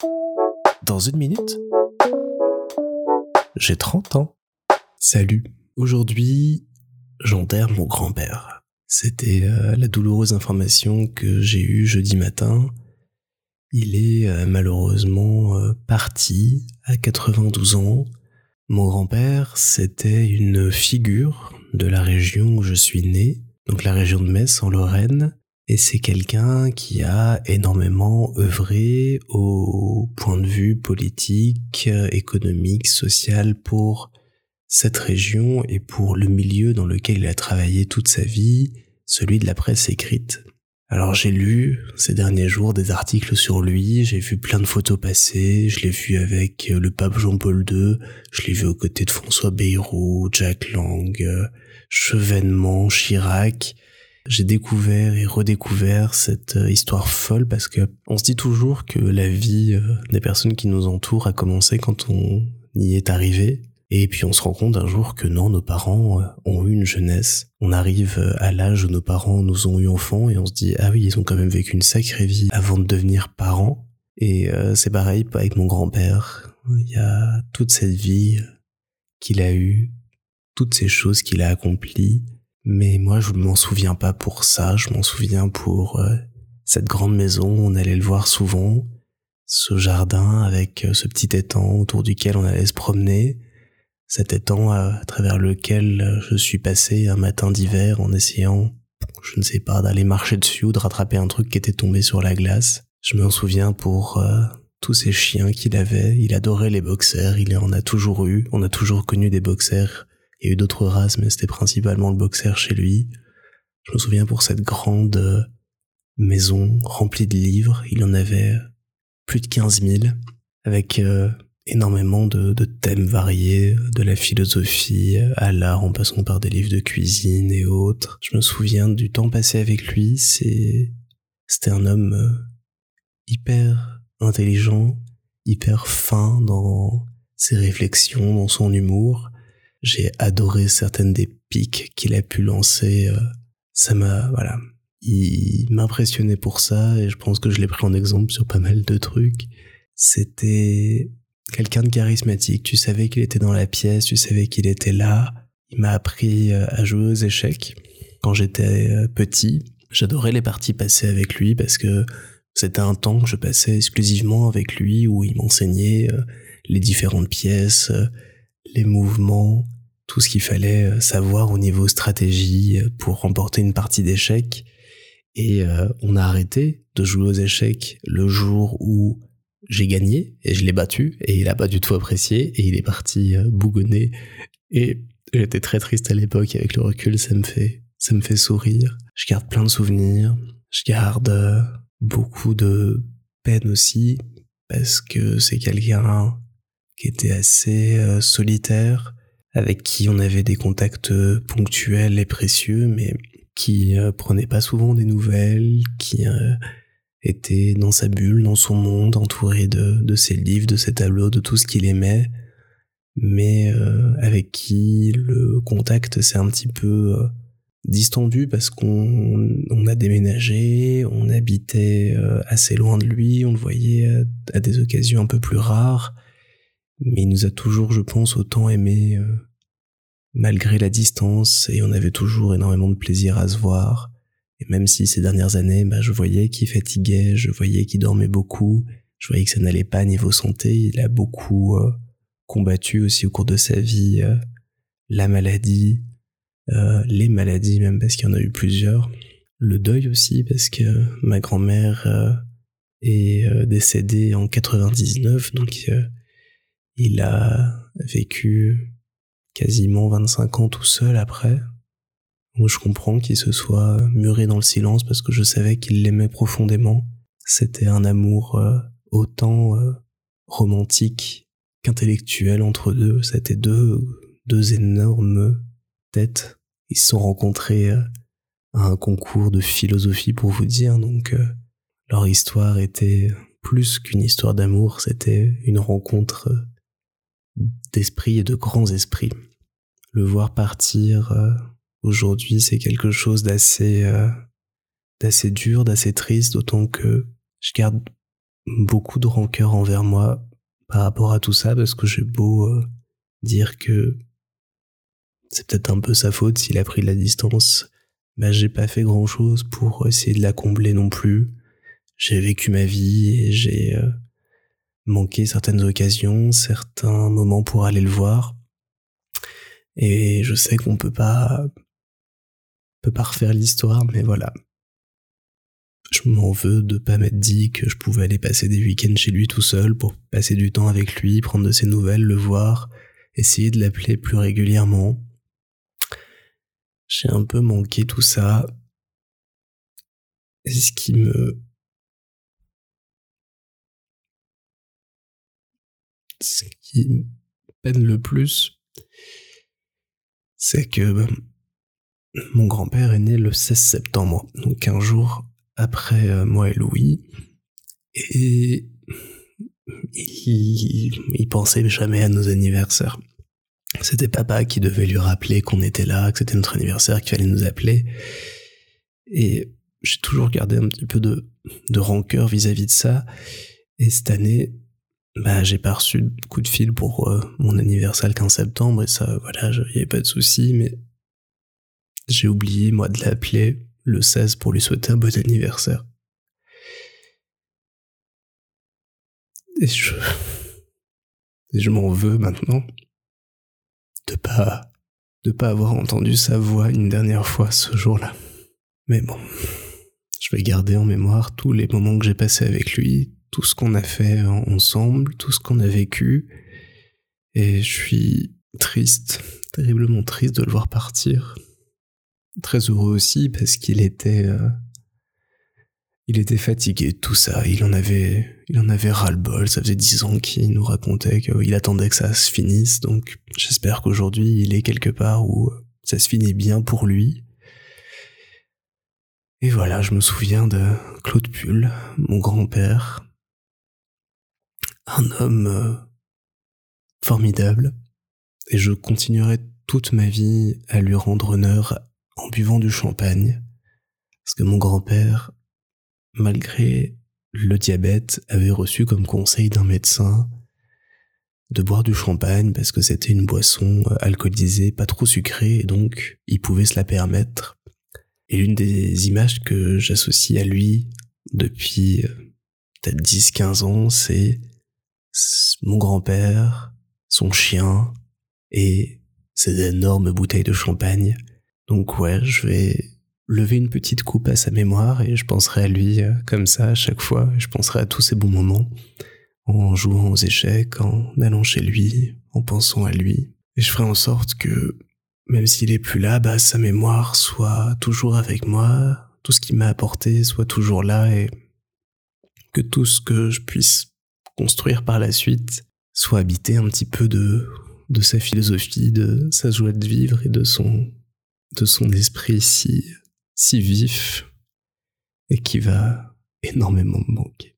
Dans une minute, j'ai 30 ans. Salut. Aujourd'hui, j'enterre mon grand-père. C'était la douloureuse information que j'ai eue jeudi matin. Il est malheureusement parti à 92 ans. Mon grand-père, c'était une figure de la région où je suis né, donc la région de Metz en Lorraine. Et c'est quelqu'un qui a énormément œuvré au point de vue politique, économique, social pour cette région et pour le milieu dans lequel il a travaillé toute sa vie, celui de la presse écrite. Alors j'ai lu ces derniers jours des articles sur lui, j'ai vu plein de photos passer, je l'ai vu avec le pape Jean-Paul II, je l'ai vu aux côtés de François Bayrou, Jack Lang, Chevènement, Chirac. J'ai découvert et redécouvert cette histoire folle parce que on se dit toujours que la vie des personnes qui nous entourent a commencé quand on y est arrivé. Et puis on se rend compte un jour que non, nos parents ont eu une jeunesse. On arrive à l'âge où nos parents nous ont eu enfants et on se dit « Ah oui, ils ont quand même vécu une sacrée vie avant de devenir parents. » Et c'est pareil avec mon grand-père. Il y a toute cette vie qu'il a eue, toutes ces choses qu'il a accomplies. Mais moi, je m'en souviens pas pour ça, je m'en souviens pour cette grande maison, on allait le voir souvent, ce jardin avec ce petit étang autour duquel on allait se promener, cet étang à travers lequel je suis passé un matin d'hiver en essayant, je ne sais pas, d'aller marcher dessus ou de rattraper un truc qui était tombé sur la glace. Je m'en souviens pour tous ces chiens qu'il avait, il adorait les boxers, il en a toujours eu, on a toujours connu des boxers. Il y a eu d'autres races, mais c'était principalement le boxer chez lui. Je me souviens pour cette grande maison remplie de livres. Il en avait plus de 15 000, avec énormément de thèmes variés, de la philosophie à l'art, en passant par des livres de cuisine et autres. Je me souviens du temps passé avec lui. C'était un homme hyper intelligent, hyper fin dans ses réflexions, dans son humour. J'ai adoré certaines des piques qu'il a pu lancer. Il m'impressionnait pour ça et je pense que je l'ai pris en exemple sur pas mal de trucs. C'était quelqu'un de charismatique. Tu savais qu'il était dans la pièce, tu savais qu'il était là. Il m'a appris à jouer aux échecs quand j'étais petit. J'adorais les parties passées avec lui parce que c'était un temps que je passais exclusivement avec lui où il m'enseignait les différentes pièces, les mouvements, tout ce qu'il fallait savoir au niveau stratégie pour remporter une partie d'échecs. Et on a arrêté de jouer aux échecs le jour où j'ai gagné et je l'ai battu et il a pas du tout apprécié et il est parti bougonner et j'étais très triste à l'époque. Avec le recul, ça me fait sourire. Je garde plein de souvenirs, je garde beaucoup de peine aussi parce que c'est quelqu'un qui était assez solitaire, avec qui on avait des contacts ponctuels et précieux, mais qui prenait pas souvent des nouvelles, qui était dans sa bulle, dans son monde, entouré de ses livres, de ses tableaux, de tout ce qu'il aimait, mais avec qui le contact s'est un petit peu distendu parce qu'on a déménagé, on habitait assez loin de lui, on le voyait à des occasions un peu plus rares. Mais il nous a toujours, je pense, autant aimé malgré la distance et on avait toujours énormément de plaisir à se voir. Et même si ces dernières années, je voyais qu'il fatiguait, je voyais qu'il dormait beaucoup, je voyais que ça n'allait pas niveau santé, il a beaucoup combattu aussi au cours de sa vie la maladie, les maladies même parce qu'il y en a eu plusieurs. Le deuil aussi parce que ma grand-mère est décédée en 99, donc il a vécu quasiment 25 ans tout seul après. Donc je comprends qu'il se soit muré dans le silence parce que je savais qu'il l'aimait profondément. C'était un amour autant romantique qu'intellectuel entre deux. C'était deux énormes têtes. Ils se sont rencontrés à un concours de philosophie pour vous dire. Donc leur histoire était plus qu'une histoire d'amour. C'était une rencontre d'esprits et de grands esprits. Le voir partir aujourd'hui, c'est quelque chose d'assez dur, d'assez triste, d'autant que je garde beaucoup de rancœur envers moi par rapport à tout ça, parce que j'ai beau dire que c'est peut-être un peu sa faute s'il a pris de la distance, bah j'ai pas fait grand chose pour essayer de la combler non plus. J'ai vécu ma vie et j'ai manqué certaines occasions, certains moments pour aller le voir. Et je sais qu'on peut pas refaire l'histoire, mais voilà. Je m'en veux de pas m'être dit que je pouvais aller passer des week-ends chez lui tout seul pour passer du temps avec lui, prendre de ses nouvelles, le voir, essayer de l'appeler plus régulièrement. J'ai un peu manqué tout ça. Et ce qui me peine le plus, c'est que mon grand-père est né le 16 septembre, donc un jour après moi et Louis, et il pensait jamais à nos anniversaires. C'était papa qui devait lui rappeler qu'on était là, que c'était notre anniversaire, qu'il fallait nous appeler. Et j'ai toujours gardé un petit peu de rancœur vis-à-vis de ça. Et cette année, j'ai pas reçu de coup de fil pour mon anniversaire le 15 septembre, et ça, voilà, y avait pas de souci, mais j'ai oublié, moi, de l'appeler le 16 pour lui souhaiter un bon anniversaire. Et je m'en veux maintenant de pas avoir entendu sa voix une dernière fois ce jour-là. Mais bon, je vais garder en mémoire tous les moments que j'ai passés avec lui, tout ce qu'on a fait ensemble, tout ce qu'on a vécu, et je suis triste, terriblement triste de le voir partir. Très heureux aussi parce qu'il était fatigué de tout ça, il en avait ras-le-bol, ça faisait 10 ans qu'il nous racontait qu'il attendait que ça se finisse, donc j'espère qu'aujourd'hui il est quelque part où ça se finit bien pour lui. Et voilà, je me souviens de Claude Pull, mon grand-père, un homme formidable, et je continuerai toute ma vie à lui rendre honneur en buvant du champagne, parce que mon grand-père, malgré le diabète, avait reçu comme conseil d'un médecin de boire du champagne parce que c'était une boisson alcoolisée, pas trop sucrée, et donc il pouvait se la permettre. Et l'une des images que j'associe à lui depuis peut-être 10-15 ans, c'est mon grand-père, son chien et ces énormes bouteilles de champagne. Donc ouais, je vais lever une petite coupe à sa mémoire et je penserai à lui comme ça à chaque fois. Je penserai à tous ces bons moments, en jouant aux échecs, en allant chez lui, en pensant à lui. Et je ferai en sorte que, même s'il est plus là, sa mémoire soit toujours avec moi, tout ce qu'il m'a apporté soit toujours là, et que tout ce que je puisse construire par la suite soit habité un petit peu de sa philosophie, de sa joie de vivre et de son esprit si vif, et qui va énormément me manquer.